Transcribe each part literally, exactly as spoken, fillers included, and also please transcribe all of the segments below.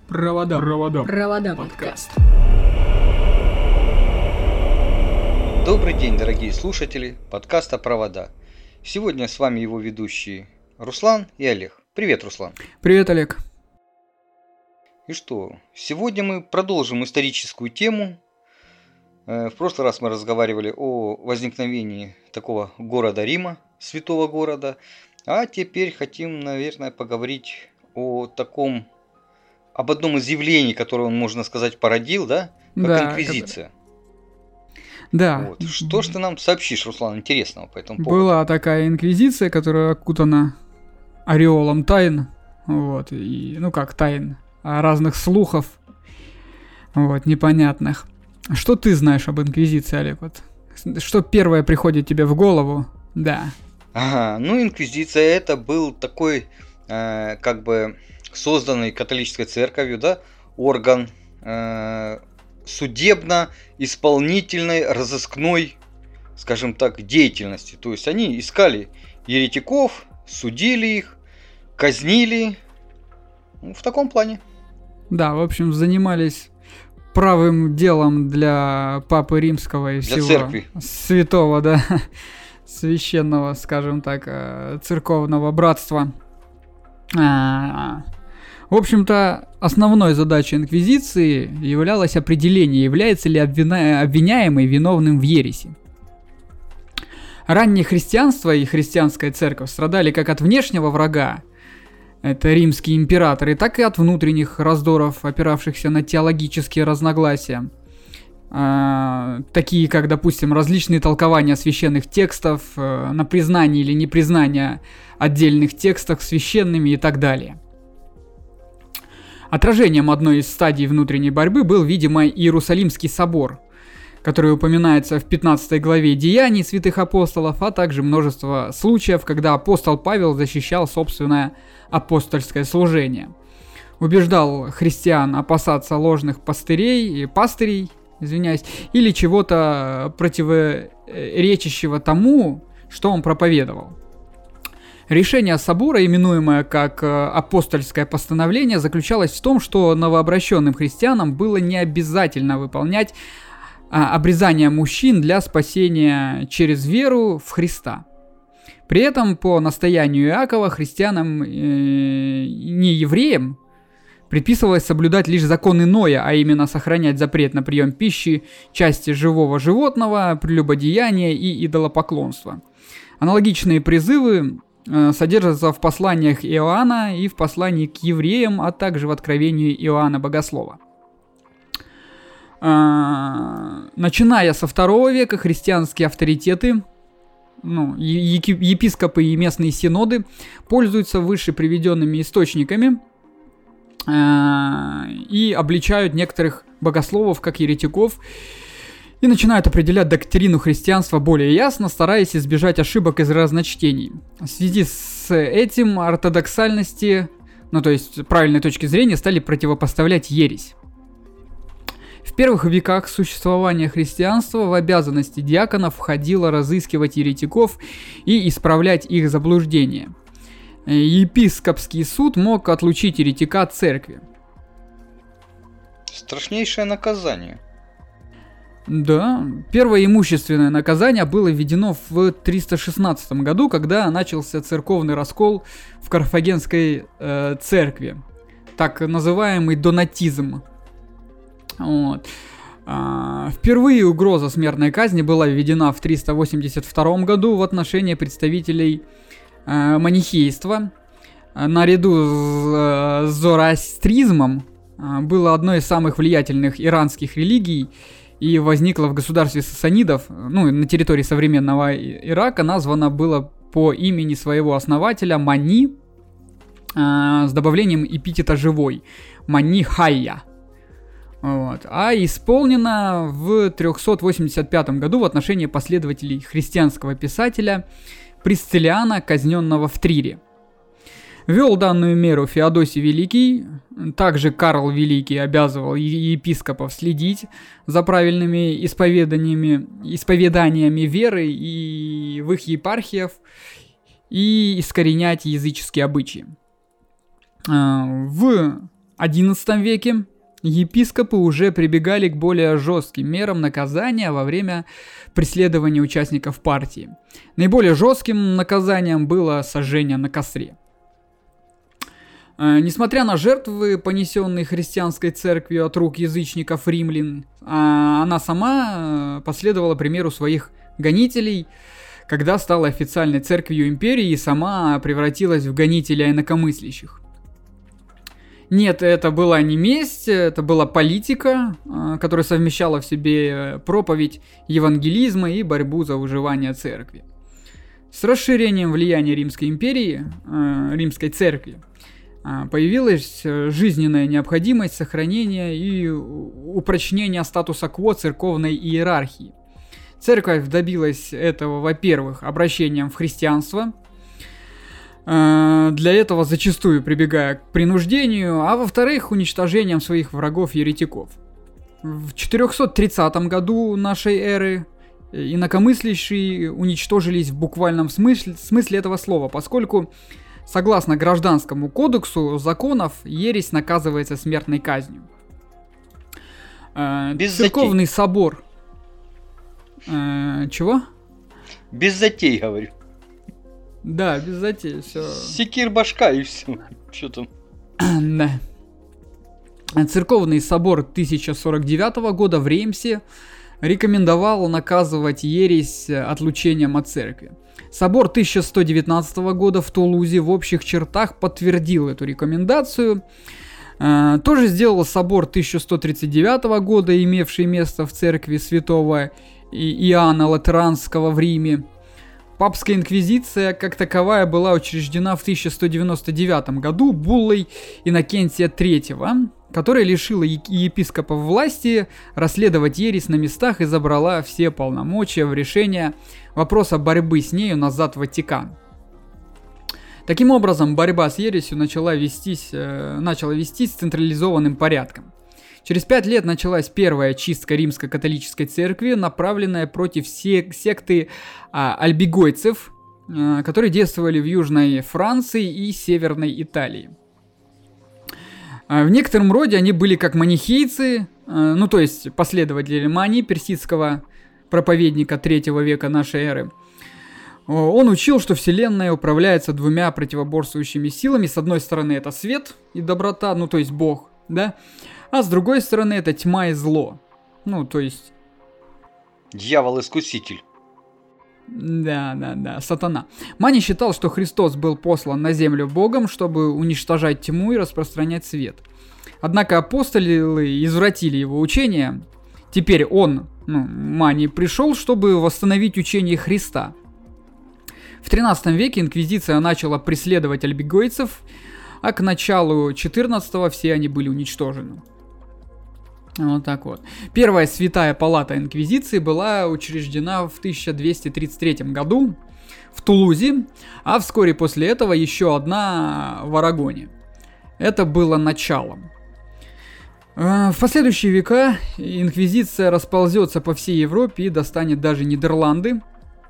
Провода. Провода. Провода подкаст. Добрый день, дорогие слушатели подкаста «Провода». Сегодня с вами его ведущие Руслан и Олег. Привет, Руслан. Привет, Олег. И что, сегодня мы продолжим историческую тему. В прошлый раз мы разговаривали о возникновении такого города Рима, святого города. А теперь хотим, наверное, поговорить о таком, об одном из явлений, которое он, можно сказать, породил, да? Как Да, инквизиция. Да. Вот. Что ж ты нам сообщишь, Руслан, интересного по этому поводу? Была такая инквизиция, которая окутана ореолом тайн. Вот. И, ну как тайн, а разных слухов. Вот, непонятных. Что ты знаешь об инквизиции, Олег? Вот. Что первое приходит тебе в голову? Да. Ага, ну инквизиция это был такой, э, как бы созданный католической церковью, да, орган э, судебно-исполнительной, разыскной, скажем так, деятельности. То есть они искали еретиков, судили их, казнили, ну, в таком плане. Да, в общем, занимались правым делом для Папы Римского и Для всего церкви. святого, да, священного, скажем так, церковного братства. А, в общем-то, основной задачей инквизиции являлось определение, является ли обвина... обвиняемый виновным в ереси. Раннее христианство и христианская церковь страдали как от внешнего врага, это римские императоры, так и от внутренних раздоров, опиравшихся на теологические разногласия. А, такие как, допустим, различные толкования священных текстов, а, на признание или непризнание отдельных текстов священными и так далее. Отражением одной из стадий внутренней борьбы был, видимо, Иерусалимский собор, который упоминается в пятнадцатой главе Деяний святых апостолов, а также множество случаев, когда апостол Павел защищал собственное апостольское служение. Убеждал христиан опасаться ложных пастырей, пастырей, извиняюсь, или чего-то противоречащего тому, что он проповедовал. Решение собора, именуемое как апостольское постановление, заключалось в том, что новообращенным христианам было не обязательно выполнять а, обрезание мужчин для спасения через веру в Христа. При этом, по настоянию Иакова, христианам, э, не евреям, предписывалось соблюдать лишь законы Ноя, а именно сохранять запрет на прием пищи, части живого животного, прелюбодеяния и идолопоклонства. Аналогичные призывы э, содержатся в посланиях Иоанна и в послании к евреям, а также в откровении Иоанна Богослова. Э, начиная со второго века христианские авторитеты, ну, епископы и местные синоды пользуются выше приведенными источниками э, и обличают некоторых богословов как еретиков и начинают определять доктрину христианства более ясно, стараясь избежать ошибок из разночтений. В связи с этим ортодоксальности, ну то есть правильной точки зрения, стали противопоставлять ересь. В первых веках существования христианства в обязанности диаконов входило разыскивать еретиков и исправлять их заблуждения. Епископский суд мог отлучить еретика от церкви. Страшнейшее наказание. Да, первое имущественное наказание было введено в триста шестнадцатом году, когда начался церковный раскол в Карфагенской э, церкви, так называемый донатизм. Вот. А, впервые угроза смертной казни была введена в триста восемьдесят втором году в отношении представителей а, манихейства. А, наряду с, с зороастризмом а, было одной из самых влиятельных иранских религий и возникла в государстве сасанидов, ну, на территории современного Ирака, названо было по имени своего основателя Мани а, с добавлением эпитета «живой» – Мани-Хайя. Вот. А исполнено в триста восемьдесят пятом году в отношении последователей христианского писателя Присциллиана, казненного в Трире. Вел данную меру Феодосий Великий, также Карл Великий обязывал епископов следить за правильными исповеданиями, исповеданиями веры и в их епархиях и искоренять языческие обычаи. В одиннадцатом веке епископы уже прибегали к более жестким мерам наказания во время преследования участников партии. Наиболее жестким наказанием было сожжение на костре. Несмотря на жертвы, понесенные христианской церковью от рук язычников римлян, она сама последовала примеру своих гонителей, когда стала официальной церковью империи и сама превратилась в гонителя инакомыслящих. Нет, это была не месть, это была политика, которая совмещала в себе проповедь евангелизма и борьбу за выживание церкви. С расширением влияния Римской империи, Римской церкви, появилась жизненная необходимость сохранения и упрочнения статуса кво церковной иерархии. Церковь добилась этого, во-первых, обращением в христианство, для этого зачастую прибегая к принуждению, а во-вторых, уничтожением своих врагов-еретиков. В четырехсот тридцатом году нашей эры инакомыслящие уничтожились в буквальном смысле, смысле этого слова, поскольку, согласно Гражданскому кодексу законов, ересь наказывается смертной казнью. Без Церковный затей. собор... Э, чего? Без затей, говорю. Да, без затей, все. Секир башка и все. Что там? Да. Церковный собор тысяча сорок девятого года в Реймсе рекомендовал наказывать ересь отлучением от церкви. Собор тысяча сто девятнадцатого года в Тулузе в общих чертах подтвердил эту рекомендацию. Э, тоже сделал собор тысяча сто тридцать девятого года, имевший место в церкви святого Иоанна Латеранского в Риме. Папская инквизиция как таковая была учреждена в тысяча сто девяносто девятом году буллой Иннокентия третьего, которая лишила епископов власти расследовать ересь на местах и забрала все полномочия в решение вопроса борьбы с нею назад в Ватикан. Таким образом, борьба с ересью начала вестись, э, начала вестись централизованным порядком. Через пять лет началась первая чистка римско-католической церкви, направленная против сек- секты а, альбигойцев, а, которые действовали в Южной Франции и Северной Италии. А, в некотором роде они были как манихейцы, а, ну то есть последователи Мани, персидского проповедника третьего века нашей эры. Он учил, что Вселенная управляется двумя противоборствующими силами. С одной стороны это свет и доброта, ну то есть Бог, да? А с другой стороны это тьма и зло. Ну, то есть... Дьявол-искуситель. Да, да, да, сатана. Мани считал, что Христос был послан на землю Богом, чтобы уничтожать тьму и распространять свет. Однако апостолы извратили его учение. Теперь он, ну, Мани, пришел, чтобы восстановить учение Христа. В тринадцатом веке инквизиция начала преследовать альбигойцев, а к началу четырнадцатого все они были уничтожены. Вот так вот. Первая святая палата инквизиции была учреждена в тысяча двести тридцать третьем году в Тулузе, а вскоре после этого еще одна в Арагоне. Это было началом. В последующие века инквизиция расползется по всей Европе и достанет даже Нидерланды.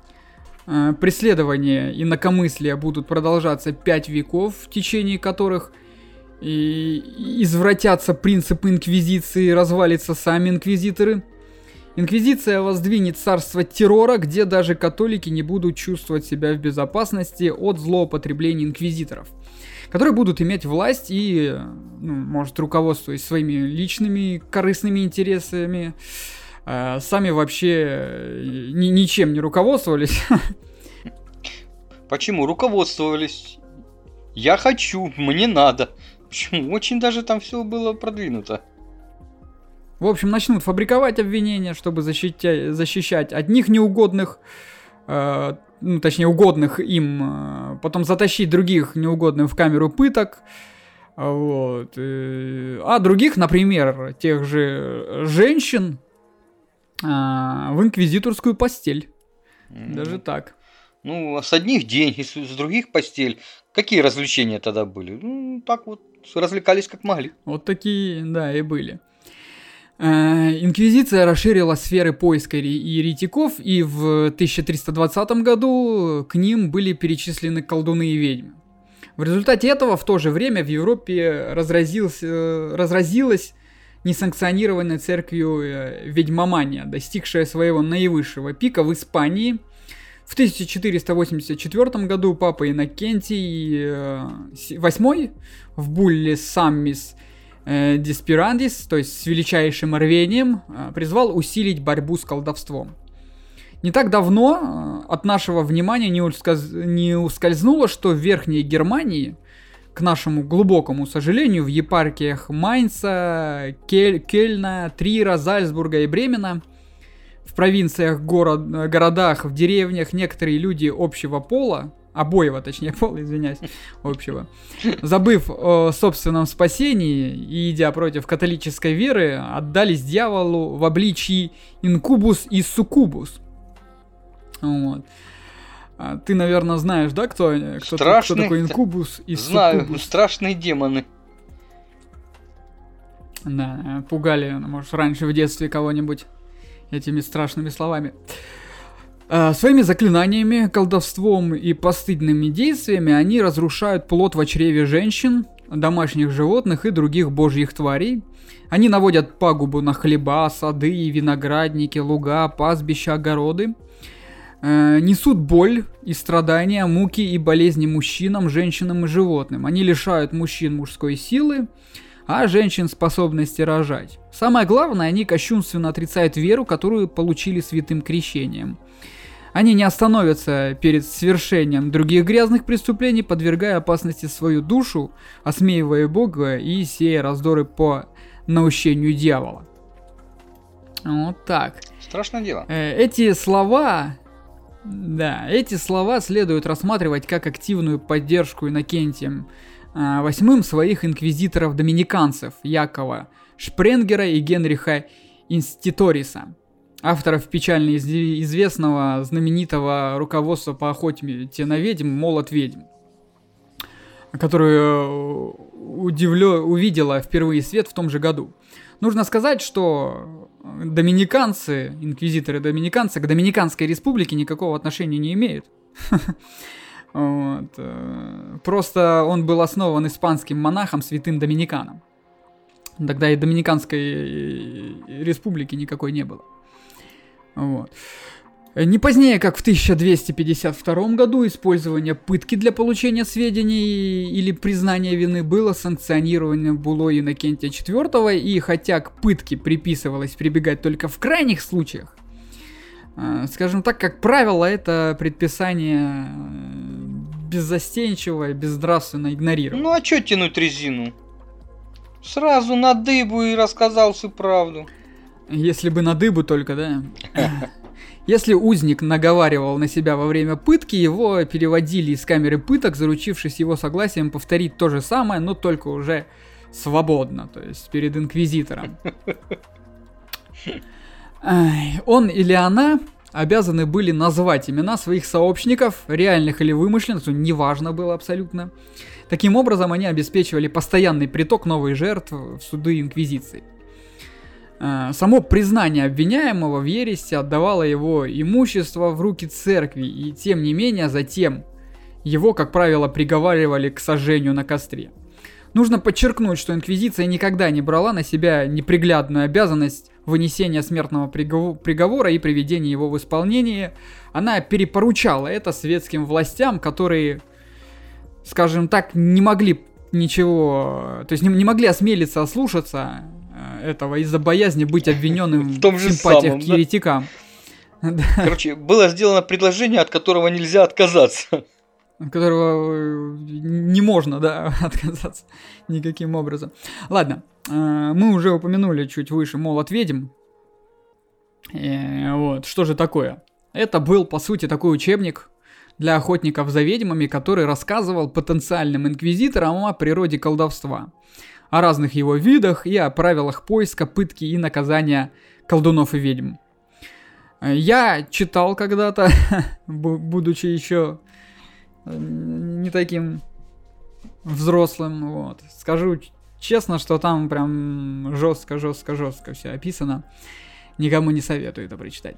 Преследования и инакомыслия будут продолжаться пять веков, в течение которых и извратятся принципы инквизиции, развалятся сами инквизиторы. Инквизиция воздвинет царство террора, где даже католики не будут чувствовать себя в безопасности от злоупотреблений инквизиторов, которые будут иметь власть и, ну, может, руководствуясь своими личными корыстными интересами, э, сами вообще ни, ничем не руководствовались. Почему руководствовались? Я хочу, мне надо. Почему? Очень даже там все было продвинуто. В общем, начнут фабриковать обвинения, чтобы защитя- защищать одних неугодных, э, ну, точнее, угодных им, э, потом затащить других неугодных в камеру пыток, вот, э, а других, например, тех же женщин, э, в инквизиторскую постель. Mm-hmm. Даже так. Ну, с одних день, если с других постель. Какие развлечения тогда были? Ну, так вот, развлекались как могли. Вот такие, да, и были. Инквизиция расширила сферы поиска еретиков, и в тысяча триста двадцатом году к ним были перечислены колдуны и ведьмы. В результате этого в то же время в Европе разразился, разразилась несанкционированной церковью ведьмомания, достигшая своего наивысшего пика в Испании. В тысяча четыреста восемьдесят четвёртом году папа Иннокентий восьмой в булле Саммис Диспирандис, то есть с величайшим рвением, призвал усилить борьбу с колдовством. Не так давно от нашего внимания не, ускольз... не ускользнуло, что в Верхней Германии, к нашему глубокому сожалению, в епархиях Майнца, Кель... Кельна, Трира, Зальцбурга и Бремена, в провинциях, город... городах, в деревнях некоторые люди общего пола, обоего, точнее, пола, извиняюсь, общего, забыв о собственном спасении и идя против католической веры, отдались дьяволу в обличии инкубус и суккубус. Вот. А ты, наверное, знаешь, да, кто, кто, кто такой инкубус и знаю, суккубус? Страшные демоны. Да, пугали, может, раньше в детстве кого-нибудь этими страшными словами. А, своими заклинаниями, колдовством и постыдными действиями они разрушают плод в чреве женщин, домашних животных и других божьих тварей. Они наводят пагубу на хлеба, сады, виноградники, луга, пастбища, огороды. Несут боль и страдания, муки и болезни мужчинам, женщинам и животным. Они лишают мужчин мужской силы, а женщин способности рожать. Самое главное, они кощунственно отрицают веру, которую получили святым крещением. Они не остановятся перед свершением других грязных преступлений, подвергая опасности свою душу, осмеивая Бога и сея раздоры по наущению дьявола. Вот так. Страшное дело. Эти слова... Да, эти слова следует рассматривать как активную поддержку Иннокентием восьмым своих инквизиторов-доминиканцев Якова Шпренгера и Генриха Инститориса, авторов печально известного знаменитого руководства по охоте на ведьм «Молот ведьм», которую удивлё... увидела впервые свет в том же году. Нужно сказать, что доминиканцы, инквизиторы-доминиканцы к Доминиканской республике никакого отношения не имеют. Вот. Просто он был основан испанским монахом святым Доминиканом. Тогда и Доминиканской республики никакой не было. Вот. Не позднее, как в тысяча двести пятьдесят втором году, использование пытки для получения сведений или признания вины было санкционировано булой Иннокентия четвёртого, и хотя к пытке приписывалось прибегать только в крайних случаях, скажем так, как правило, это предписание беззастенчиво и безнравственно игнорировать. Ну а чё тянуть резину? Сразу на дыбу и рассказал всю правду. Если бы на дыбу только, да? Если узник наговаривал на себя во время пытки, его переводили из камеры пыток, заручившись его согласием повторить то же самое, но только уже свободно, то есть перед инквизитором. Он или она обязаны были назвать имена своих сообщников, реальных или вымышленных, неважно было абсолютно. Таким образом, они обеспечивали постоянный приток новых жертв в суды инквизиции. Само признание обвиняемого в ереси отдавало его имущество в руки церкви, и тем не менее затем его, как правило, приговаривали к сожжению на костре. Нужно подчеркнуть, что инквизиция никогда не брала на себя неприглядную обязанность вынесения смертного приговора и приведения его в исполнение. Она перепоручала это светским властям, которые, скажем так, не могли ничего, то есть не, не могли осмелиться ослушаться этого из-за боязни быть обвиненным в, в симпатиях самом, к еретикам. Да? Короче, было сделано предложение, от которого нельзя отказаться. От которого не можно, да, отказаться никаким образом. Ладно, мы уже упомянули чуть выше «Молот ведьм». И вот, что же такое? Это был, по сути, такой учебник для охотников за ведьмами, который рассказывал потенциальным инквизиторам о природе колдовства, о разных его видах и о правилах поиска, пытки и наказания колдунов и ведьм. Я читал когда-то, будучи еще не таким взрослым, вот. Скажу честно, что там прям жестко-жестко-жестко все описано. Никому не советую это прочитать.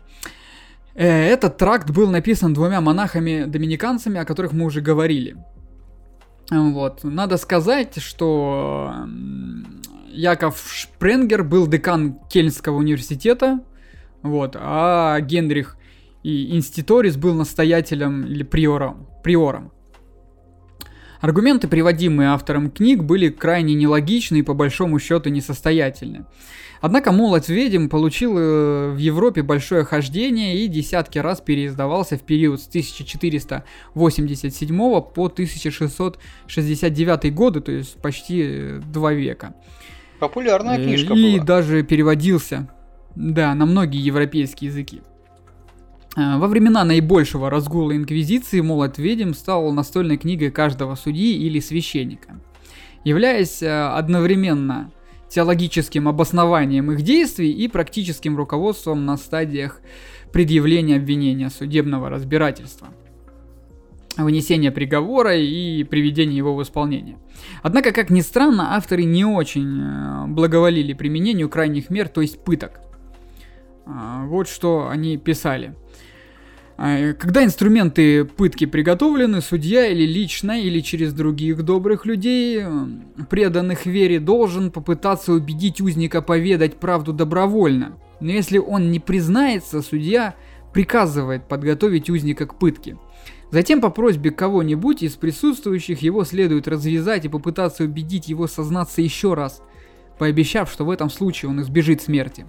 Этот тракт был написан двумя монахами-доминиканцами, о которых мы уже говорили. Вот. Надо сказать, что Яков Шпренгер был декан Кельнского университета, вот, а Генрих и Инститорис был настоятелем или приором. приором. Аргументы, приводимые автором книг, были крайне нелогичны и по большому счету несостоятельны. Однако «Молот ведьм» получил в Европе большое хождение и десятки раз переиздавался в период с тысяча четыреста восемьдесят седьмого по тысяча шестьсот шестьдесят девятый годы, то есть почти два века. Популярная книжка и была. И даже переводился, да, на многие европейские языки. Во времена наибольшего разгула инквизиции «Молот ведьм» стал настольной книгой каждого судьи или священника, являясь одновременно теологическим обоснованием их действий и практическим руководством на стадиях предъявления обвинения, судебного разбирательства, вынесения приговора и приведения его в исполнение. Однако, как ни странно, авторы не очень благоволили применению крайних мер, то есть пыток. Вот что они писали. Когда инструменты пытки приготовлены, судья или лично, или через других добрых людей, преданных вере, должен попытаться убедить узника поведать правду добровольно. Но если он не признается, судья приказывает подготовить узника к пытке. Затем по просьбе кого-нибудь из присутствующих его следует развязать и попытаться убедить его сознаться еще раз, пообещав, что в этом случае он избежит смерти.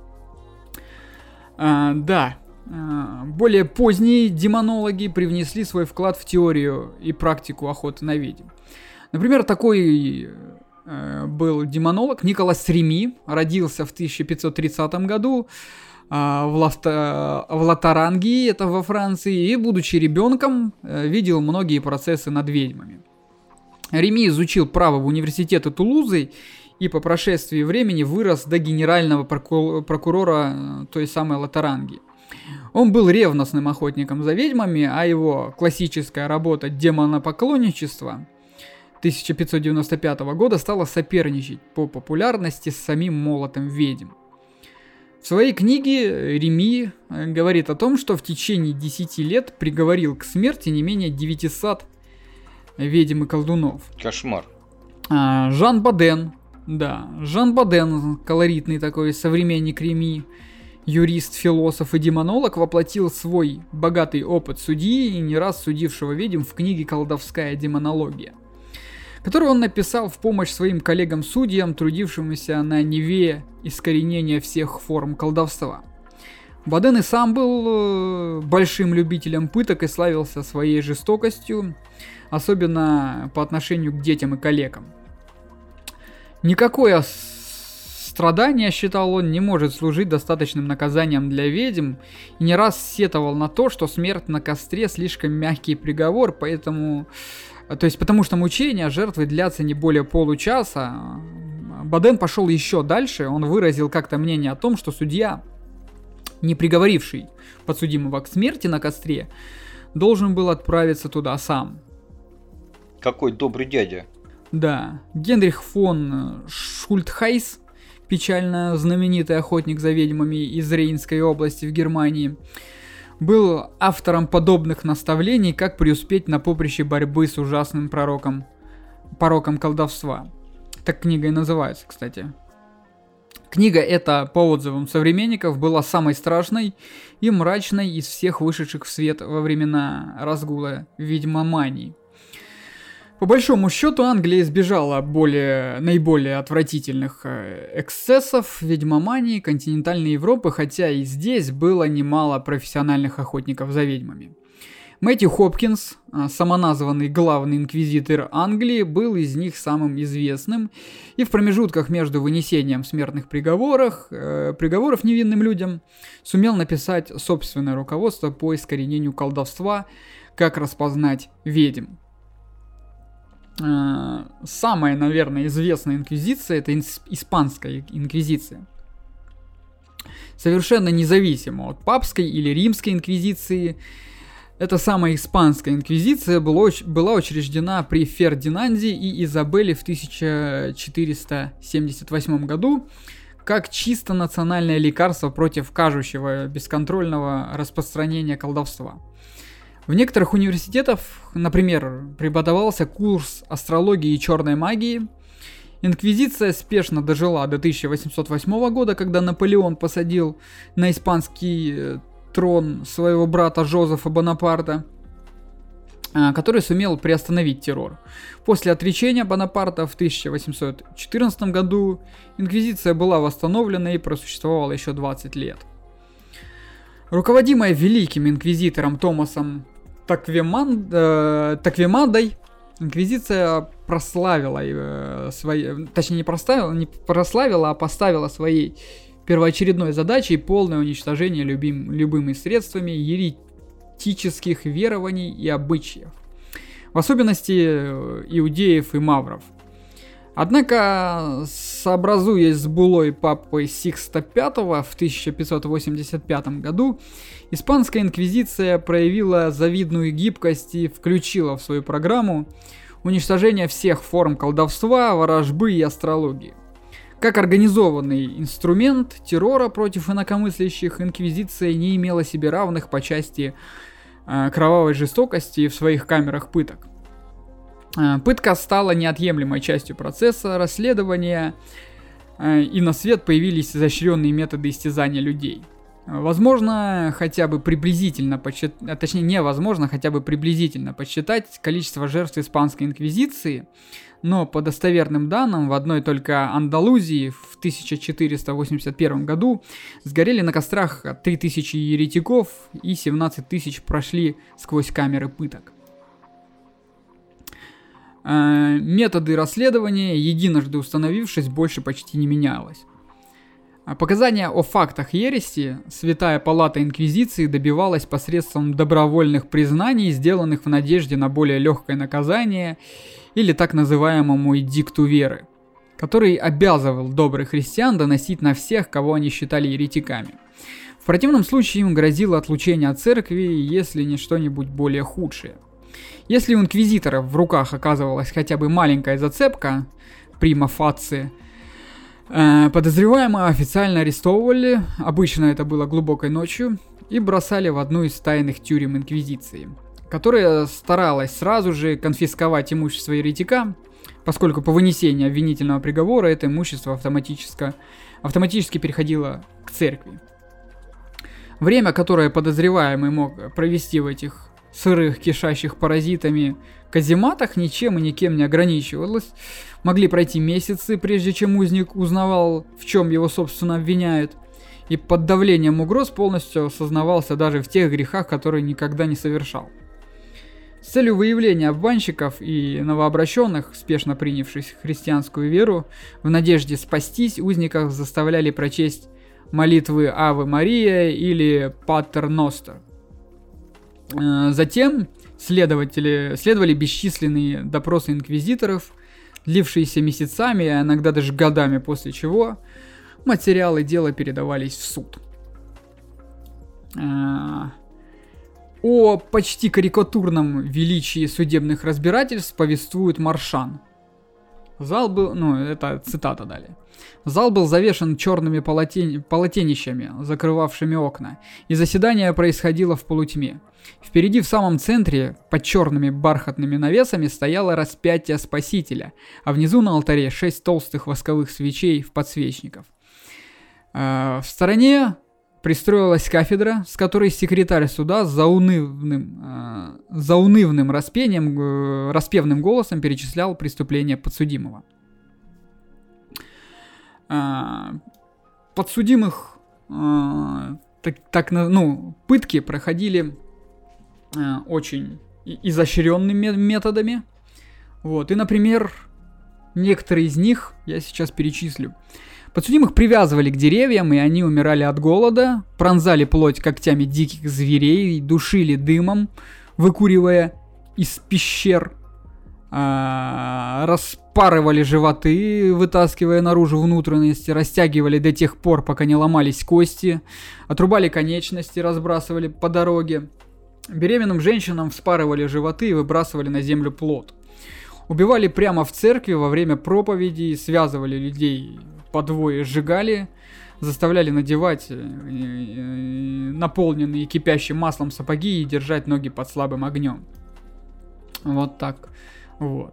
А, да. Более поздние демонологи привнесли свой вклад в теорию и практику охоты на ведьм. Например, такой э, был демонолог Николас Реми, родился в тысяча пятьсот тридцатом году э, в, Лафта, в Лотарингии, это во Франции, и, будучи ребенком, э, видел многие процессы над ведьмами. Реми изучил право в университете Тулузы и по прошествии времени вырос до генерального прокурора, прокурора той самой Лотарингии. Он был ревностным охотником за ведьмами, а его классическая работа «Демонопоклонничество» тысяча пятьсот девяносто пятого года стала соперничать по популярности с самим «Молотом ведьм». В своей книге Реми говорит о том, что в течение десяти лет приговорил к смерти не менее девятисот ведьм и колдунов. Кошмар. А, Жан Боден, да, Жан Боден, колоритный такой современник Реми, юрист, философ и демонолог, воплотил свой богатый опыт судьи и не раз судившего ведьм в книге «Колдовская демонология», которую он написал в помощь своим коллегам-судьям, трудившимся на ниве искоренения всех форм колдовства. Боден и сам был большим любителем пыток и славился своей жестокостью, особенно по отношению к детям и калекам. Никакое страдание, считал он, не может служить достаточным наказанием для ведьм, и не раз сетовал на то, что смерть на костре слишком мягкий приговор, поэтому, то есть потому что мучения жертвы длятся не более получаса. Боден пошел еще дальше, он выразил как-то мнение о том, что судья, не приговоривший подсудимого к смерти на костре, должен был отправиться туда сам. Какой добрый дядя. Да, Генрих фон Шультхайс, печально знаменитый охотник за ведьмами из Рейнской области в Германии, был автором подобных наставлений, как преуспеть на поприще борьбы с ужасным пророком, пороком колдовства. Так книга и называется, кстати. Книга эта, по отзывам современников, была самой страшной и мрачной из всех вышедших в свет во времена разгула ведьмомании. По большому счету, Англия избежала более, наиболее отвратительных эксцессов ведьмомании континентальной Европы, хотя и здесь было немало профессиональных охотников за ведьмами. Мэтью Хопкинс, самоназванный главный инквизитор Англии, был из них самым известным, и в промежутках между вынесением смертных приговоров, э, приговоров невинным людям сумел написать собственное руководство по искоренению колдовства, как распознать ведьм. Самая, наверное, известная инквизиция — это испанская инквизиция. Совершенно независимо от папской или римской инквизиции, эта самая испанская инквизиция была, была учреждена при Фердинанде и Изабелле в тысяча четыреста семьдесят восьмом году как чисто национальное лекарство против кажущего бесконтрольного распространения колдовства. В некоторых университетах, например, преподавался курс астрологии и черной магии. Инквизиция спешно дожила до тысяча восемьсот восьмого года, когда Наполеон посадил на испанский трон своего брата Жозефа Бонапарта, который сумел приостановить террор. После отречения Бонапарта в тысяча восемьсот четырнадцатом году инквизиция была восстановлена и просуществовала еще двадцать лет. Руководимая великим инквизитором Томасом Таквеман, э, Таквемадой, инквизиция прославила э, свои, точнее не прославила, не прославила, а поставила своей первоочередной задачей полное уничтожение любим, любыми средствами еретических верований и обычаев, в особенности иудеев и мавров. Однако, сообразуясь с буллой папы Сикста пятого в тысяча пятьсот восемьдесят пятом году, испанская инквизиция проявила завидную гибкость и включила в свою программу уничтожение всех форм колдовства, ворожбы и астрологии. Как организованный инструмент террора против инакомыслящих, инквизиция не имела себе равных по части э, кровавой жестокости в своих камерах пыток. Пытка стала неотъемлемой частью процесса расследования, и на свет появились изощренные методы истязания людей. Возможно, хотя бы приблизительно подсчитать, а точнее невозможно хотя бы приблизительно подсчитать количество жертв испанской инквизиции, но по достоверным данным в одной только Андалузии в тысяча четыреста восемьдесят первом году сгорели на кострах три тысячи еретиков и семнадцать тысяч прошли сквозь камеры пыток. Методы расследования, единожды установившись, больше почти не менялось. Показания о фактах ереси Святая Палата Инквизиции добивалась посредством добровольных признаний, сделанных в надежде на более легкое наказание или так называемому эдикту веры, который обязывал добрых христиан доносить на всех, кого они считали еретиками. В противном случае им грозило отлучение от церкви, если не что-нибудь более худшее. Если у инквизиторов в руках оказывалась хотя бы маленькая зацепка, прима фаци, э, подозреваемого официально арестовывали, обычно это было глубокой ночью, и бросали в одну из тайных тюрем инквизиции, которая старалась сразу же конфисковать имущество еретика, поскольку по вынесении обвинительного приговора это имущество автоматически, автоматически переходило к церкви. Время, которое подозреваемый мог провести в этих сырых, кишащих паразитами казематах, ничем и никем не ограничивалось. Могли пройти месяцы, прежде чем узник узнавал, в чем его собственно обвиняют, и под давлением угроз полностью осознавался даже в тех грехах, которые никогда не совершал. С целью выявления обманщиков и новообращенных, спешно принявших христианскую веру, в надежде спастись, узников заставляли прочесть молитвы Аве Мария или Патер Ностер. Затем следователи, следовали бесчисленные допросы инквизиторов, длившиеся месяцами, а иногда даже годами, после чего материалы дела передавались в суд. О почти карикатурном величии судебных разбирательств повествует Маршан. Зал был, ну это цитата далее. Зал был завешен черными полотен... полотенищами, закрывавшими окна, и заседание происходило в полутьме. Впереди в самом центре, под черными бархатными навесами, стояло распятие Спасителя, а внизу на алтаре шесть толстых восковых свечей в подсвечников. В стороне пристроилась кафедра, с которой секретарь суда с заунывным, заунывным распением, распевным голосом перечислял преступления подсудимого. Подсудимых так, так, ну, пытки проходили очень изощренными методами. Вот. И, например, некоторые из них я сейчас перечислю. Подсудимых привязывали к деревьям, и они умирали от голода, пронзали плоть когтями диких зверей, душили дымом, выкуривая из пещер, распарывали животы, вытаскивая наружу внутренности, растягивали до тех пор, пока не ломались кости, отрубали конечности, разбрасывали по дороге. Беременным женщинам вспарывали животы и выбрасывали на землю плод. Убивали прямо в церкви во время проповеди, связывали людей по двое, сжигали, заставляли надевать наполненные кипящим маслом сапоги и держать ноги под слабым огнем. Вот так вот.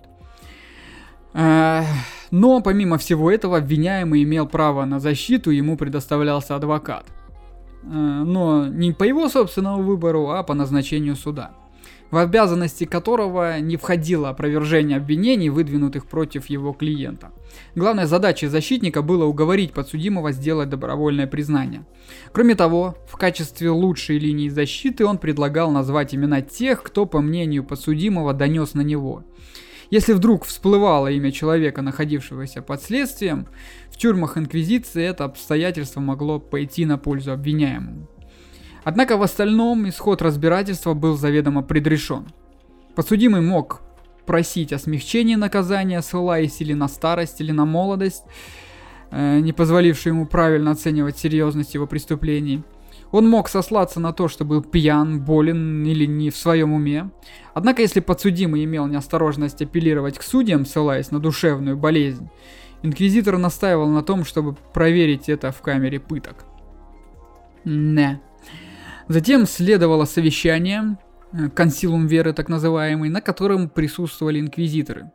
Но помимо всего этого, обвиняемый имел право на защиту, ему предоставлялся адвокат. Но не по его собственному выбору, а по назначению суда, в обязанности которого не входило опровержение обвинений, выдвинутых против его клиента. Главной задачей защитника было уговорить подсудимого сделать добровольное признание. Кроме того, в качестве лучшей линии защиты он предлагал назвать имена тех, кто, по мнению подсудимого, донес на него. Если вдруг всплывало имя человека, находившегося под следствием, в тюрьмах Инквизиции это обстоятельство могло пойти на пользу обвиняемому. Однако в остальном исход разбирательства был заведомо предрешен. Подсудимый мог просить о смягчении наказания, ссылаясь или на старость, или на молодость, э, не позволившую ему правильно оценивать серьезность его преступлений. Он мог сослаться на то, что был пьян, болен или не в своем уме. Однако, если подсудимый имел неосторожность апеллировать к судьям, ссылаясь на душевную болезнь, инквизитор настаивал на том, чтобы проверить это в камере пыток. Не. Затем следовало совещание, консилиум веры так называемый, на котором присутствовали инквизиторы,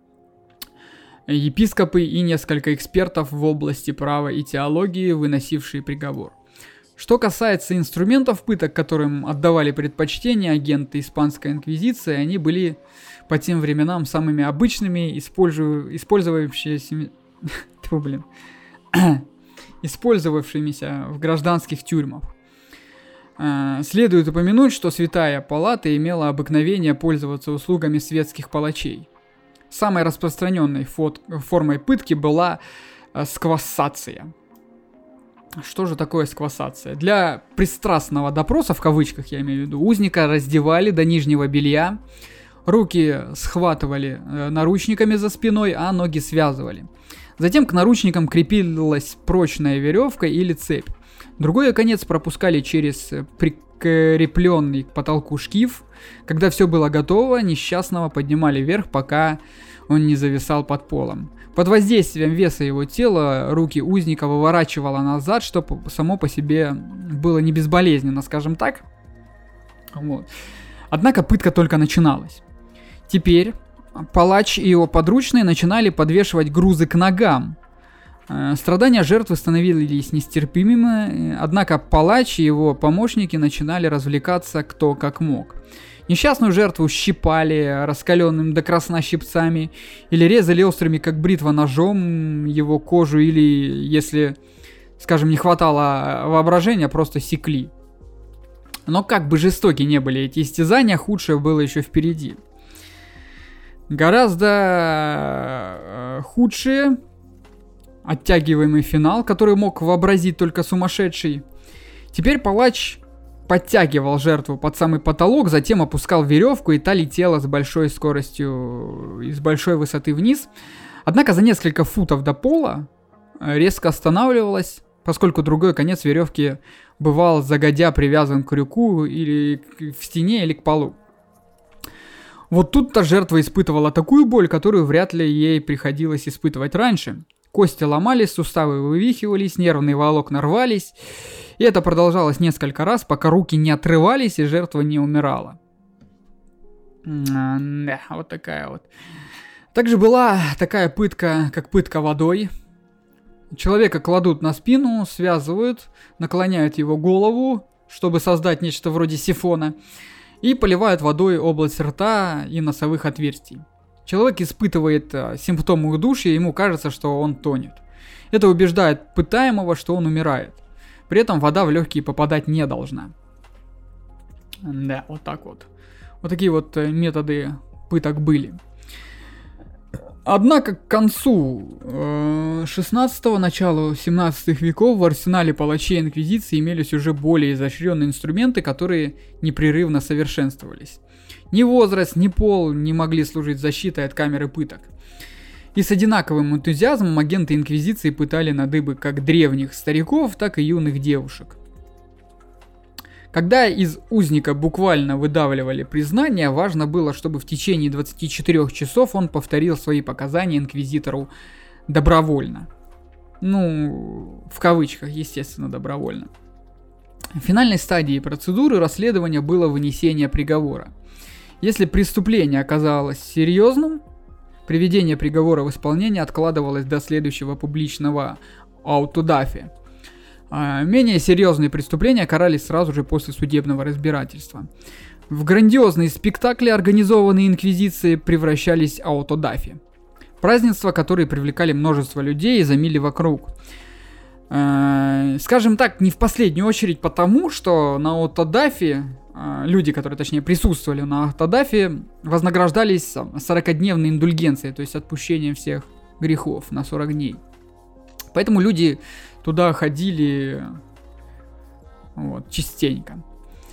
епископы и несколько экспертов в области права и теологии, выносившие приговор. Что касается инструментов пыток, которым отдавали предпочтение агенты Испанской Инквизиции, они были по тем временам самыми обычными, использовавшимися, блин, использовавшимися в гражданских тюрьмах. Следует упомянуть, что Святая Палата имела обыкновение пользоваться услугами светских палачей. Самой распространенной формой пытки была сквассация. Что же такое сквассация? Для пристрастного допроса, в кавычках я имею в виду, узника раздевали до нижнего белья, руки схватывали э, наручниками за спиной, а ноги связывали. Затем к наручникам крепилась прочная веревка или цепь. Другой конец пропускали через прикрепленный к потолку шкив. Когда все было готово, несчастного поднимали вверх, пока он не зависал под полом. Под воздействием веса его тела руки узника выворачивало назад, что само по себе было не безболезненно, скажем так. Вот. Однако пытка только начиналась. Теперь палач и его подручные начинали подвешивать грузы к ногам. Страдания жертвы становились нестерпимыми, однако палач и его помощники начинали развлекаться кто как мог. Несчастную жертву щипали раскаленным до красна щипцами или резали острыми как бритва ножом его кожу, или, если, скажем, не хватало воображения, просто секли. Но как бы жестоки не были эти истязания, худшее было еще впереди. Гораздо худшие, оттягиваемый финал, который мог вообразить только сумасшедший. Теперь палач подтягивал жертву под самый потолок, затем опускал веревку, и та летела с большой скоростью и с большой высоты вниз. Однако за несколько футов до пола резко останавливалась, поскольку другой конец веревки бывал загодя привязан к крюку или в стене, или к полу. Вот тут-то жертва испытывала такую боль, которую вряд ли ей приходилось испытывать раньше. Кости ломались, суставы вывихивались, нервные волокна рвались. И это продолжалось несколько раз, пока руки не отрывались и жертва не умирала. Да, вот такая вот. Также была такая пытка, как пытка водой. Человека кладут на спину, связывают, наклоняют его голову, чтобы создать нечто вроде сифона, и поливают водой область рта и носовых отверстий. Человек испытывает а, симптомы удушья, ему кажется, что он тонет. Это убеждает пытаемого, что он умирает. При этом вода в легкие попадать не должна. Да, вот так вот. Вот такие вот методы пыток были. Однако к концу э, шестнадцатого, началу семнадцатых веков в арсенале палачей Инквизиции имелись уже более изощренные инструменты, которые непрерывно совершенствовались. Ни возраст, ни пол не могли служить защитой от камеры пыток. И с одинаковым энтузиазмом агенты Инквизиции пытали на дыбы как древних стариков, так и юных девушек. Когда из узника буквально выдавливали признание, важно было, чтобы в течение двадцати четырёх часов он повторил свои показания инквизитору добровольно. Ну, в кавычках, естественно, добровольно. В финальной стадии процедуры расследования было вынесение приговора. Если преступление оказалось серьезным, приведение приговора в исполнение откладывалось до следующего публичного аутодафе. А менее серьезные преступления карались сразу же после судебного разбирательства. В грандиозные спектакли, организованные инквизицией, превращались аутодафи. Празднества, которые привлекали множество людей и замили вокруг. Э, скажем так, не в последнюю очередь потому, что на аутодафе, э, люди, которые, точнее, присутствовали на аутодафе, вознаграждались сорокадневной индульгенцией, то есть отпущением всех грехов на сорок дней. Поэтому люди туда ходили вот, частенько.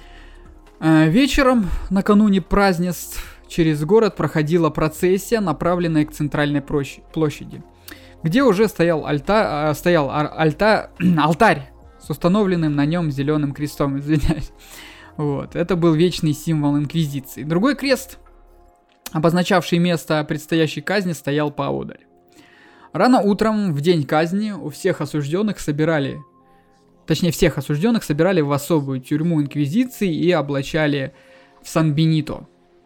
Э, вечером, накануне празднеств, через город проходила процессия, направленная к центральной площади, где уже стоял, альта, стоял альта, алтарь с установленным на нем зеленым крестом, извиняюсь. Вот. Это был вечный символ инквизиции. Другой крест, обозначавший место предстоящей казни, стоял поодаль. Рано утром, в день казни, у всех осужденных собирали, точнее всех осужденных собирали в особую тюрьму инквизиции и облачали в сан-бенито.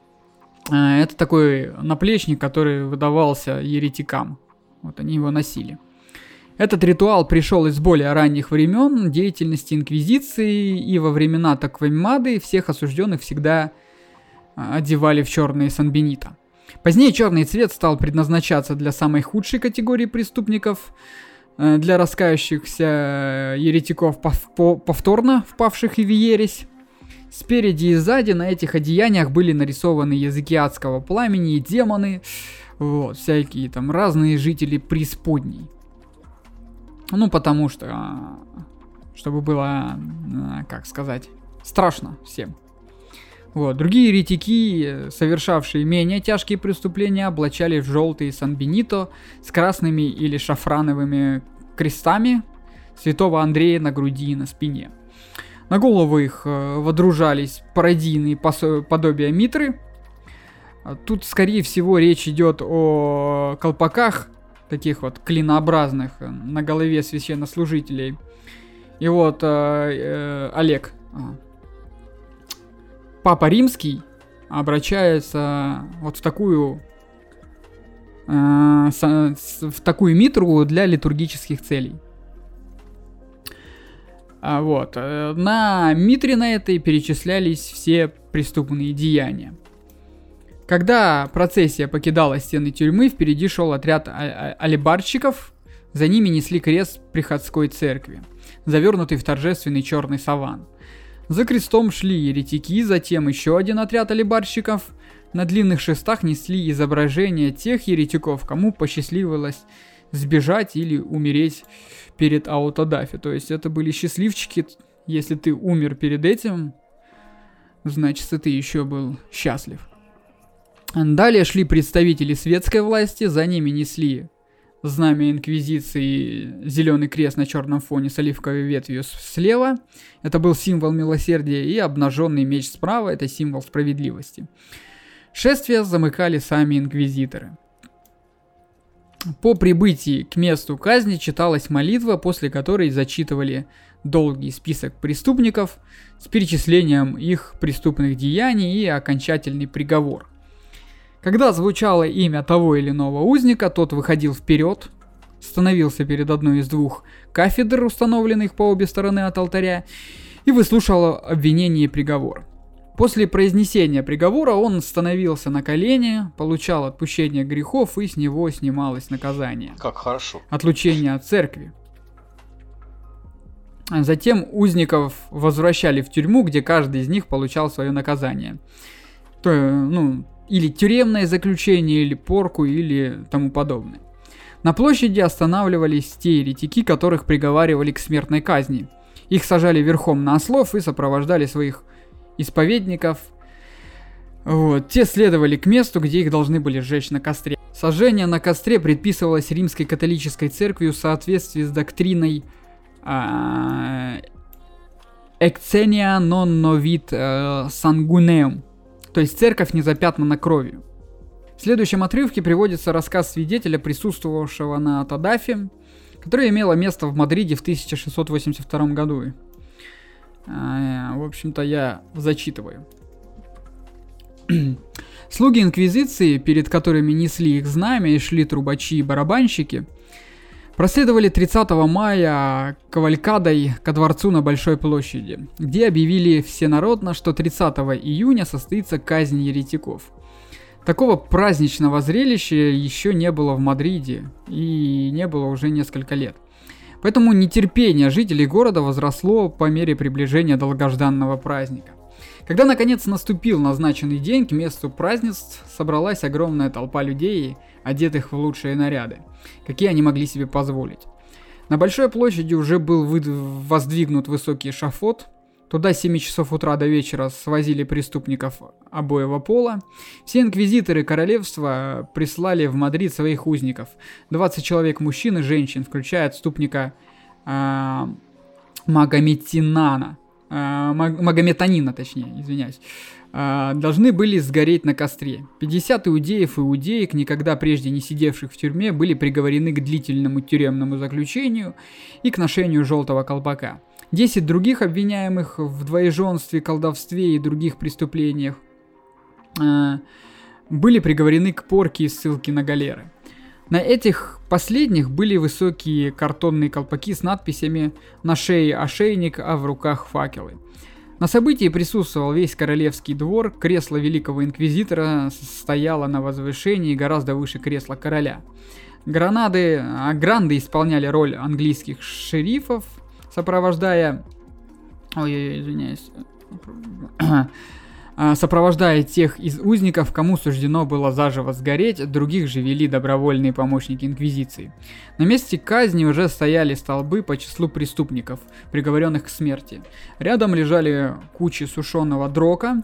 Это такой наплечник, который выдавался еретикам. Вот они его носили. Этот ритуал пришел из более ранних времен деятельности инквизиции, и во времена Торквемады всех осужденных всегда одевали в черные сан-бенито. Позднее черный цвет стал предназначаться для самой худшей категории преступников, для раскаявшихся еретиков, повторно впавших в ересь. Спереди и сзади на этих одеяниях были нарисованы языки адского пламени и демоны, вот, всякие там разные жители преисподней. Ну, потому что, чтобы было, как сказать, страшно всем. Вот, другие еретики, совершавшие менее тяжкие преступления, облачали в желтые сан-бенито с красными или шафрановыми крестами святого Андрея на груди и на спине. На голову их э, водружались пародийные посо- подобия митры. Тут, скорее всего, речь идет о колпаках, таких вот клинообразных, на голове священнослужителей. И вот э, э, Олег, э, Папа Римский, обращается вот в такую, э, с, в такую митру для литургических целей. А вот, на митре на этой перечислялись все преступные деяния. Когда процессия покидала стены тюрьмы, впереди шел отряд а- алебардщиков, за ними несли крест приходской церкви, завернутый в торжественный черный саван. За крестом шли еретики, затем еще один отряд алебардщиков. На длинных шестах несли изображения тех еретиков, кому посчастливилось сбежать или умереть перед аутодафе. То есть это были счастливчики. Если ты умер перед этим, значит ты еще был счастлив. Далее шли представители светской власти, за ними несли знамя инквизиции, зеленый крест на черном фоне с оливковой ветвью слева. Это был символ милосердия, и обнаженный меч справа — это символ справедливости. Шествие замыкали сами инквизиторы. По прибытии к месту казни читалась молитва, после которой зачитывали долгий список преступников с перечислением их преступных деяний и окончательный приговор. Когда звучало имя того или иного узника, тот выходил вперед, становился перед одной из двух кафедр, установленных по обе стороны от алтаря, и выслушал обвинение и приговор. После произнесения приговора он становился на колени, получал отпущение грехов, и с него снималось наказание. Как хорошо. Отлучение от церкви. Затем узников возвращали в тюрьму, где каждый из них получал свое наказание. То, ну, или тюремное заключение, или порку, или тому подобное. На площади останавливались те еретики, которых приговаривали к смертной казни. Их сажали верхом на ослов и сопровождали своих исповедников. Вот. Те следовали к месту, где их должны были сжечь на костре. Сожжение на костре предписывалось римской католической церковью в соответствии с доктриной «Exenia non novit sanguineum», то есть церковь не запятнана кровью. В следующем отрывке приводится рассказ свидетеля, присутствовавшего на аутодафе. которое имело место в Мадриде в тысяча шестьсот восемьдесят втором году. В общем-то, я зачитываю. Слуги инквизиции, перед которыми несли их знамя и шли трубачи и барабанщики, проследовали тридцатого мая кавалькадой ко дворцу на Большой площади, где объявили всенародно, что тридцатого июня состоится казнь еретиков. Такого праздничного зрелища еще не было в Мадриде и не было уже несколько лет. Поэтому нетерпение жителей города возросло по мере приближения долгожданного праздника. Когда наконец наступил назначенный день, к месту празднеств собралась огромная толпа людей, одетых в лучшие наряды, какие они могли себе позволить. На Большой площади уже был воздвигнут высокий эшафот. Туда с семи часов утра до вечера свозили преступников обоего пола. Все инквизиторы королевства прислали в Мадрид своих узников. двадцать человек мужчин и женщин, включая отступника э, Магометинана. Э, Магометанина, точнее, извиняюсь. Э, должны были сгореть на костре. пятьдесят иудеев и иудеек, никогда прежде не сидевших в тюрьме, были приговорены к длительному тюремному заключению и к ношению желтого колпака. Десять других обвиняемых в двоеженстве, колдовстве и других преступлениях э, были приговорены к порке и ссылке на галеры. На этих последних были высокие картонные колпаки с надписями «На шее ошейник, а в руках факелы». На событии присутствовал весь королевский двор, кресло великого инквизитора стояло на возвышении гораздо выше кресла короля. Гранады, а гранды исполняли роль английских шерифов, сопровождая... Ой, извиняюсь. Сопровождая тех из узников, кому суждено было заживо сгореть, других же вели добровольные помощники инквизиции. На месте казни уже стояли столбы по числу преступников, приговоренных к смерти. Рядом лежали кучи сушеного дрока.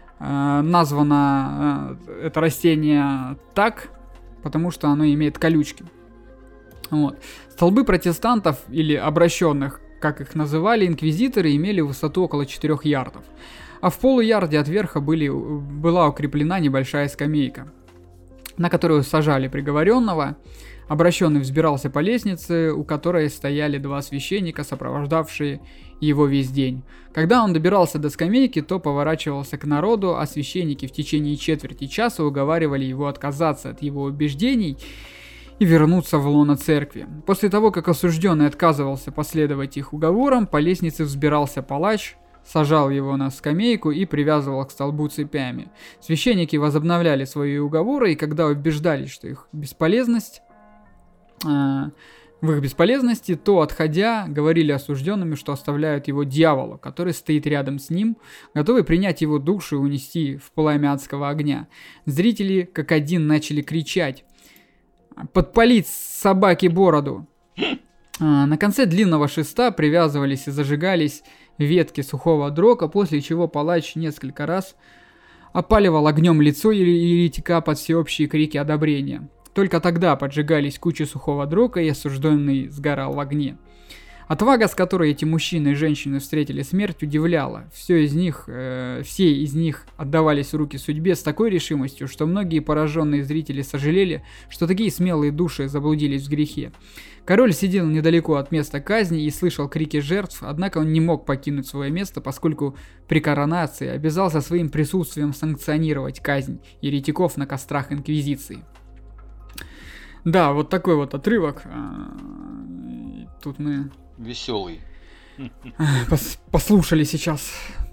Названо это растение так, потому что оно имеет колючки. Вот. Столбы протестантов или обращенных, как их называли инквизиторы, имели высоту около четырёх ярдов, а в полуярде от верха были, была укреплена небольшая скамейка, на которую сажали приговоренного. Обращенный взбирался по лестнице, у которой стояли два священника, сопровождавшие его весь день. Когда он добирался до скамейки, то поворачивался к народу, а священники в течение четверти часа уговаривали его отказаться от его убеждений и вернуться в лоно церкви. После того, как осужденный отказывался последовать их уговорам, по лестнице взбирался палач, сажал его на скамейку и привязывал к столбу цепями. Священники возобновляли свои уговоры, и когда убеждались, что их бесполезность, э, в их бесполезности, то, отходя, говорили осужденным, что оставляют его дьяволу, который стоит рядом с ним, готовый принять его душу и унести в пламя адского огня. Зрители, как один, начали кричать: «Подпалить собаке бороду!» А, на конце длинного шеста привязывались и зажигались ветки сухого дрока, после чего палач несколько раз опаливал огнем лицо еретика под всеобщие крики одобрения. Только тогда поджигались кучи сухого дрока, и осужденный сгорал в огне. Отвага, с которой эти мужчины и женщины встретили смерть, удивляла. Все из них, э, все из них отдавались в руки судьбе с такой решимостью, что многие пораженные зрители сожалели, что такие смелые души заблудились в грехе. Король сидел недалеко от места казни и слышал крики жертв, однако он не мог покинуть свое место, поскольку при коронации обязался своим присутствием санкционировать казнь еретиков на кострах инквизиции. Да, вот такой вот отрывок. Тут мы... Веселый. Пос- послушали сейчас.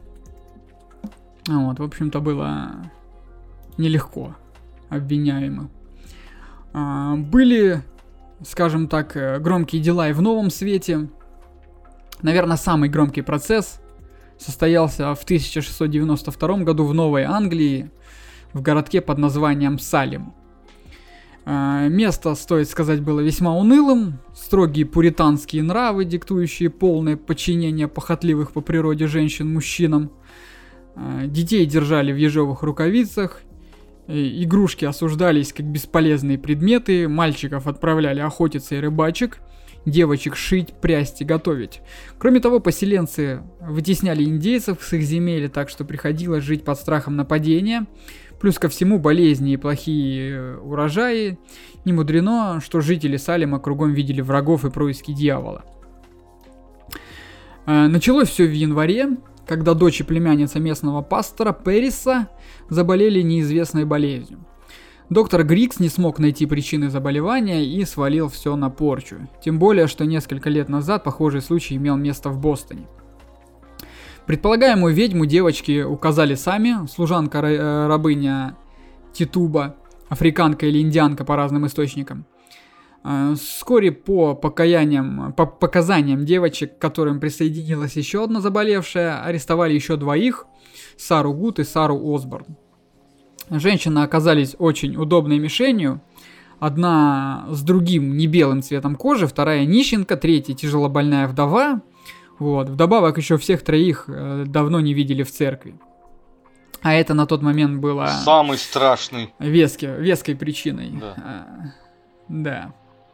Вот, в общем-то, было нелегко обвиняемым. А, были, скажем так, громкие дела и в Новом Свете. Наверное, самый громкий процесс состоялся в тысяча шестьсот девяносто втором году в Новой Англии, в городке под названием Салем. Место, стоит сказать, было весьма унылым. Строгие пуританские нравы, диктующие полное подчинение похотливых по природе женщин мужчинам. Детей держали в ежовых рукавицах. Игрушки осуждались как бесполезные предметы. Мальчиков отправляли охотиться и рыбачек. Девочек шить, прясть и готовить. Кроме того, поселенцы вытесняли индейцев с их земель, так что приходилось жить под страхом нападения. Плюс ко всему болезни и плохие урожаи. Не мудрено, что жители Салема кругом видели врагов и происки дьявола. Началось все в январе, когда дочь и племянница местного пастора Перриса заболели неизвестной болезнью. Доктор Грикс не смог найти причины заболевания и свалил все на порчу. Тем более, что несколько лет назад похожий случай имел место в Бостоне. Предполагаемую ведьму девочки указали сами, служанка-рабыня Титуба, африканка или индианка по разным источникам. Вскоре по, покаяниям, по показаниям девочек, к которым присоединилась еще одна заболевшая, арестовали еще двоих, Сару Гуд и Сару Осборн. Женщины оказались очень удобной мишенью. Одна с другим не белым цветом кожи, вторая нищенка, третья тяжелобольная вдова. Вот. Вдобавок еще всех троих э, давно не видели в церкви. А это на тот момент было... Самый страшный. Вески, веской причиной. Да. А, да.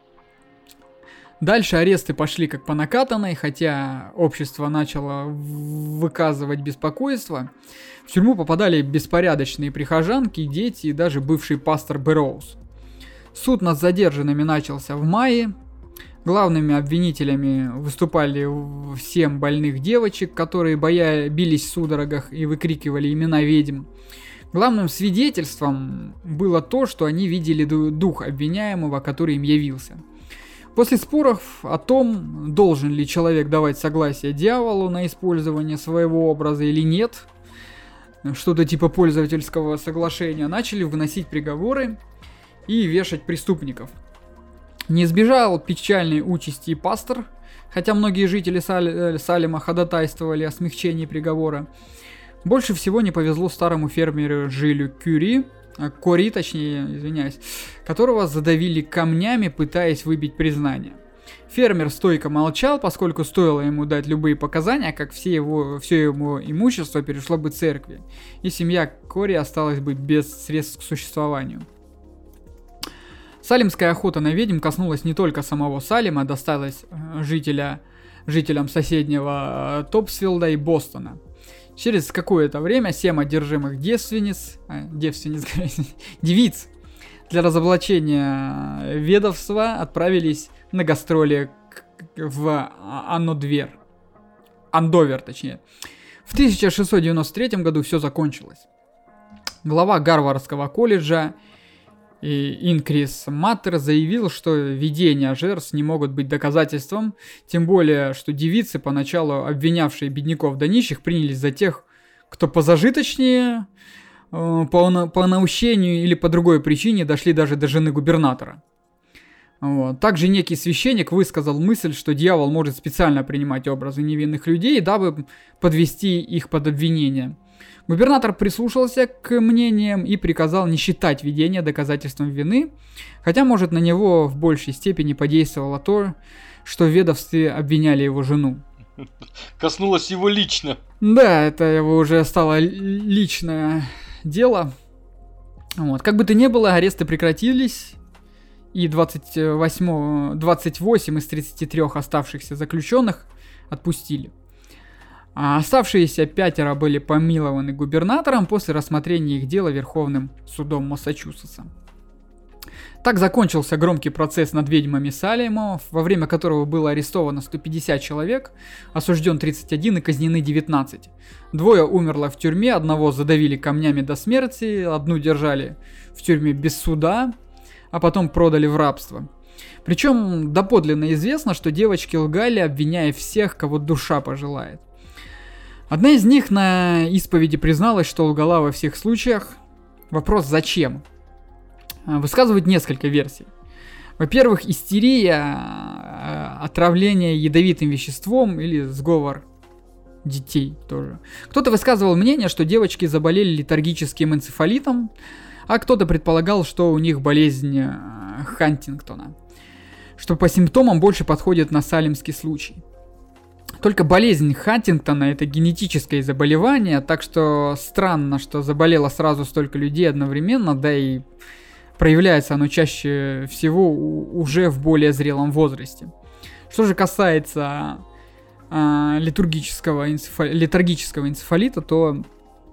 Дальше аресты пошли как по накатанной, хотя общество начало выказывать беспокойство. В тюрьму попадали беспорядочные прихожанки, дети и даже бывший пастор Бэрроуз. Суд над задержанными начался в мае. Главными обвинителями выступали семь больных девочек, которые боя... бились в судорогах и выкрикивали имена ведьм. Главным свидетельством было то, что они видели дух обвиняемого, который им явился. После споров о том, должен ли человек давать согласие дьяволу на использование своего образа или нет, что-то типа пользовательского соглашения, начали выносить приговоры и вешать преступников. Не избежал печальной участи и пастор, хотя многие жители Саль... Салема ходатайствовали о смягчении приговора. Больше всего не повезло старому фермеру Жилю Кюри, Кори, точнее, извиняюсь, которого задавили камнями, пытаясь выбить признание. Фермер стойко молчал, поскольку стоило ему дать любые показания, как все его, все его имущество перешло бы церкви, и семья Кори осталась бы без средств к существованию. Салемская охота на ведьм коснулась не только самого Салема, досталась жителя, жителям соседнего Топсфилда и Бостона. Через какое-то время семь одержимых девственниц, а, девственниц, девиц для разоблачения ведовства отправились на гастроли в Аннодвер, Андовер, точнее. В тысяча шестьсот девяносто третьем году все закончилось. Глава Гарвардского колледжа Инкрис Маттер заявил, что видения жертв не могут быть доказательством, тем более, что девицы, поначалу обвинявшие бедняков да нищих, принялись за тех, кто позажиточнее, по, по наущению или по другой причине дошли даже до жены губернатора. Вот. Также некий священник высказал мысль, что дьявол может специально принимать образы невинных людей, дабы подвести их под обвинение. Губернатор прислушался к мнениям и приказал не считать видение доказательством вины, хотя, может, на него в большей степени подействовало то, что в ведовстве обвиняли его жену. Коснулось его лично. Да, это его уже стало личное дело. Вот. Как бы то ни было, аресты прекратились, и двадцать восемь, двадцать восемь из тридцати трёх оставшихся заключенных отпустили. А оставшиеся пятеро были помилованы губернатором после рассмотрения их дела Верховным судом Массачусетса. Так закончился громкий процесс над ведьмами Салема, во время которого было арестовано сто пятьдесят человек, осужден тридцать один и казнены девятнадцать. Двое умерло в тюрьме, одного задавили камнями до смерти, одну держали в тюрьме без суда, а потом продали в рабство. Причем доподлинно известно, что девочки лгали, обвиняя всех, кого душа пожелает. Одна из них на исповеди призналась, что лгала во всех случаях. Вопрос зачем? Высказывают несколько версий. Во-первых, истерия, отравление ядовитым веществом или сговор детей тоже. Кто-то высказывал мнение, что девочки заболели летаргическим энцефалитом, а кто-то предполагал, что у них болезнь Хантингтона, что по симптомам больше подходит на салемский случай. Только болезнь Хантингтона — это генетическое заболевание, так что странно, что заболело сразу столько людей одновременно, да и проявляется оно чаще всего уже в более зрелом возрасте. Что же касается э, литургического энцефали... летаргического энцефалита, то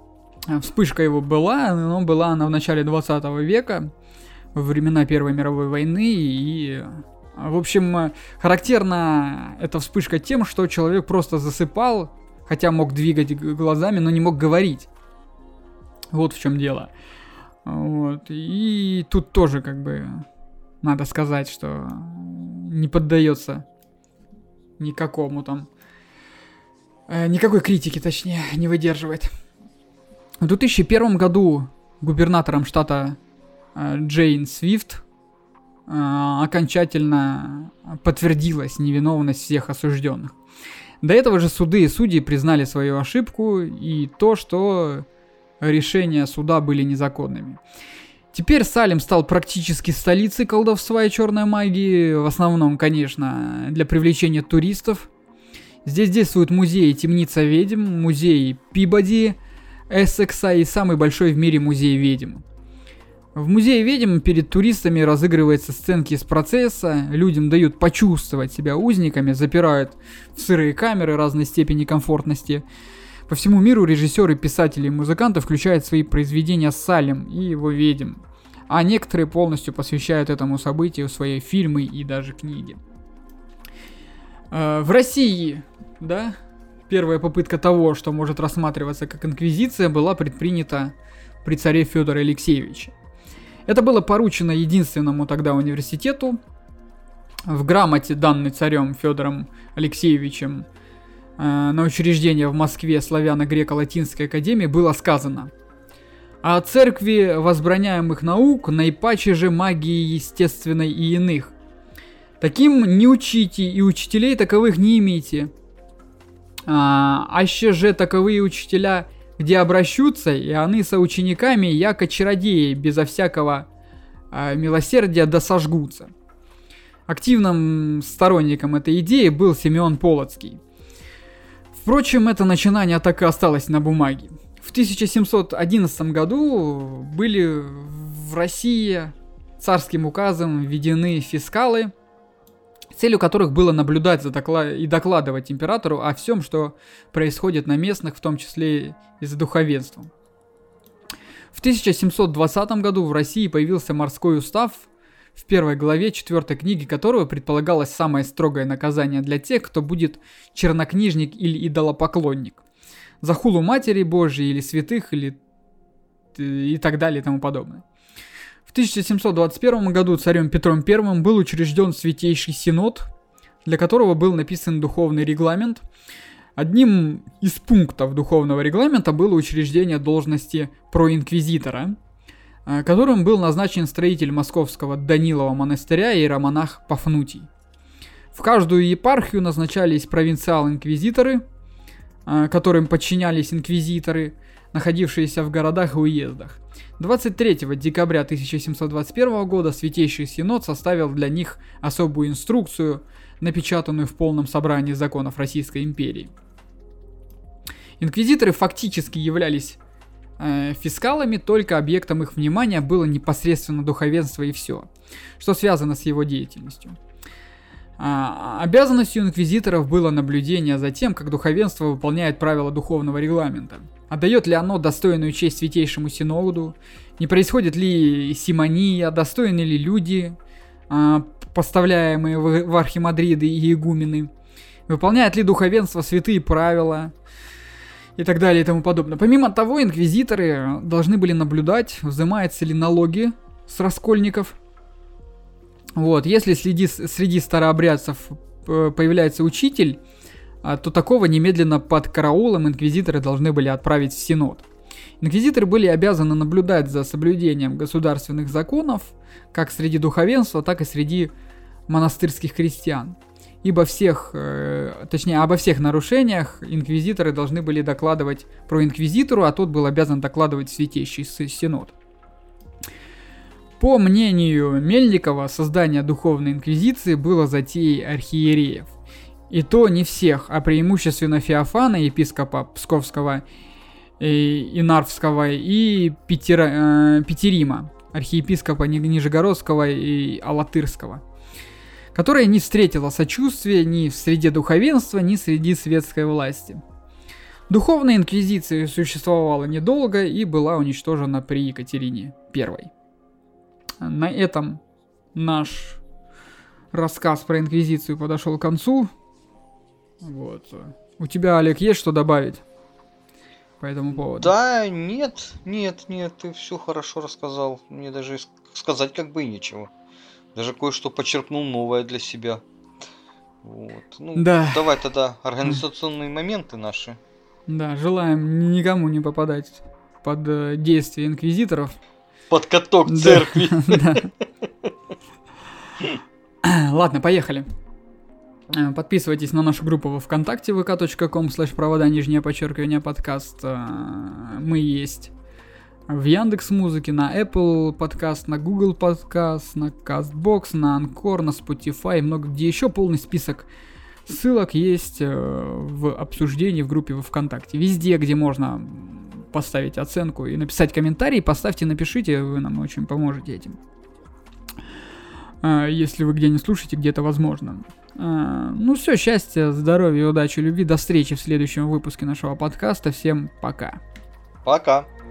Вспышка его была, но была она в начале двадцатого века, во времена Первой мировой войны, и, в общем, характерна эта вспышка тем, что человек просто засыпал, хотя мог двигать глазами, но не мог говорить. Вот в чем дело. Вот. И тут тоже, как бы, надо сказать, что не поддается никакому там, э, никакой критики, точнее, не выдерживает. В две тысячи первом году губернатором штата э, Джейн Свифт э, окончательно подтвердилась невиновность всех осужденных. До этого же суды и судьи признали свою ошибку и то, что решения суда были незаконными. Теперь Салем стал практически столицей колдовства и черной магии, в основном, конечно, для привлечения туристов. Здесь действуют музеи Темница ведьм, музей Пибоди, Эссекса и самый большой в мире музей ведьм. В музее ведьм перед туристами разыгрываются сценки из процесса, людям дают почувствовать себя узниками, запирают в сырые камеры разной степени комфортности. По всему миру режиссеры, писатели и музыканты включают в свои произведения Салем и его ведьм, а некоторые полностью посвящают этому событию свои фильмы и даже книги. В России, да, первая попытка того, что может рассматриваться как инквизиция, была предпринята при царе Федоре Алексеевиче. Это было поручено единственному тогда университету. В грамоте, данной царем Федором Алексеевичем э, на учреждение в Москве Славяно-Греко-Латинской академии было сказано: «О церкви возбраняемых наук, наипаче же магии естественной и иных. Таким не учите, и учителей таковых не имейте. А, аще же таковые учителя, где обращутся, и они со учениками, яко чародеи, безо всякого а, милосердия досожгутся». Активным сторонником этой идеи был Симеон Полоцкий. Впрочем, это начинание так и осталось на бумаге. В тысяча семьсот одиннадцатом году были в России царским указом введены фискалы, целью которых было наблюдать за доклад... и докладывать императору о всем, что происходит на местных, в том числе и за духовенством. В тысяча семьсот двадцатом году в России появился морской устав, в первой главе четвертой книги которого предполагалось самое строгое наказание для тех, кто будет чернокнижник или идолопоклонник, за хулу Матери Божией или святых, или и так далее и тому подобное. В тысяча семьсот двадцать первом году царем Петром Первым был учрежден Святейший Синод, для которого был написан духовный регламент. Одним из пунктов духовного регламента было учреждение должности проинквизитора, которым был назначен строитель московского Данилова монастыря иеромонах Пафнутий. В каждую епархию назначались провинциал-инквизиторы, которым подчинялись инквизиторы, находившиеся в городах и уездах. двадцать третьего декабря тысяча семьсот двадцать первого года Святейший Синод составил для них особую инструкцию, напечатанную в полном собрании законов Российской империи. Инквизиторы фактически являлись э, фискалами, только объектом их внимания было непосредственно духовенство и все, что связано с его деятельностью. А, обязанностью инквизиторов было наблюдение за тем, как духовенство выполняет правила духовного регламента. Отдает ли оно достойную честь Святейшему Синоду? Не происходит ли симония? Достойны ли люди, а, поставляемые в, в архимандриты и игумены? Выполняет ли духовенство святые правила? И так далее и тому подобное. Помимо того, инквизиторы должны были наблюдать, взимаются ли налоги с раскольников. Вот, если среди, среди старообрядцев появляется учитель, то такого немедленно под караулом инквизиторы должны были отправить в Синод. Инквизиторы были обязаны наблюдать за соблюдением государственных законов, как среди духовенства, так и среди монастырских крестьян. Ибо всех, э, точнее, обо всех нарушениях инквизиторы должны были докладывать проинквизитору, а тот был обязан докладывать в Святейший Синод. По мнению Мельникова, создание духовной инквизиции было затеей архиереев. И то не всех, а преимущественно Феофана, епископа Псковского и Нарвского, и Петера, э, Петерима, архиепископа Нижегородского и Алатырского, которая не встретила сочувствия ни в среде духовенства, ни среди светской власти. Духовная инквизиция существовала недолго и была уничтожена при Екатерине Первой. На этом наш рассказ про инквизицию подошел к концу. Вот. У тебя, Олег, есть что добавить по этому поводу? Да, нет, нет, нет, ты все хорошо рассказал. Мне даже сказать как бы и нечего. Даже кое-что подчеркнул новое для себя. Вот. Ну, да. Давай тогда организационные моменты наши. Да, желаем никому не попадать под э, действие инквизиторов. Под каток церкви. Ладно, поехали. Подписывайтесь на нашу группу во ВКонтакте вэ ка точка ком слэш провода нижнее подчеркивание подкаст. Мы есть в Яндекс.Музыке, на Apple подкаст, на Google подкаст, на Castbox, на Anchor, на Spotify, много где еще. Полный список ссылок есть в обсуждении в группе во ВКонтакте. Везде, где можно поставить оценку и написать комментарий, поставьте, напишите, вы нам очень поможете этим. Если вы где-нибудь слушаете, где-то возможно. Ну все, счастья, здоровья, удачи, любви. До встречи в следующем выпуске нашего подкаста. Всем пока. Пока.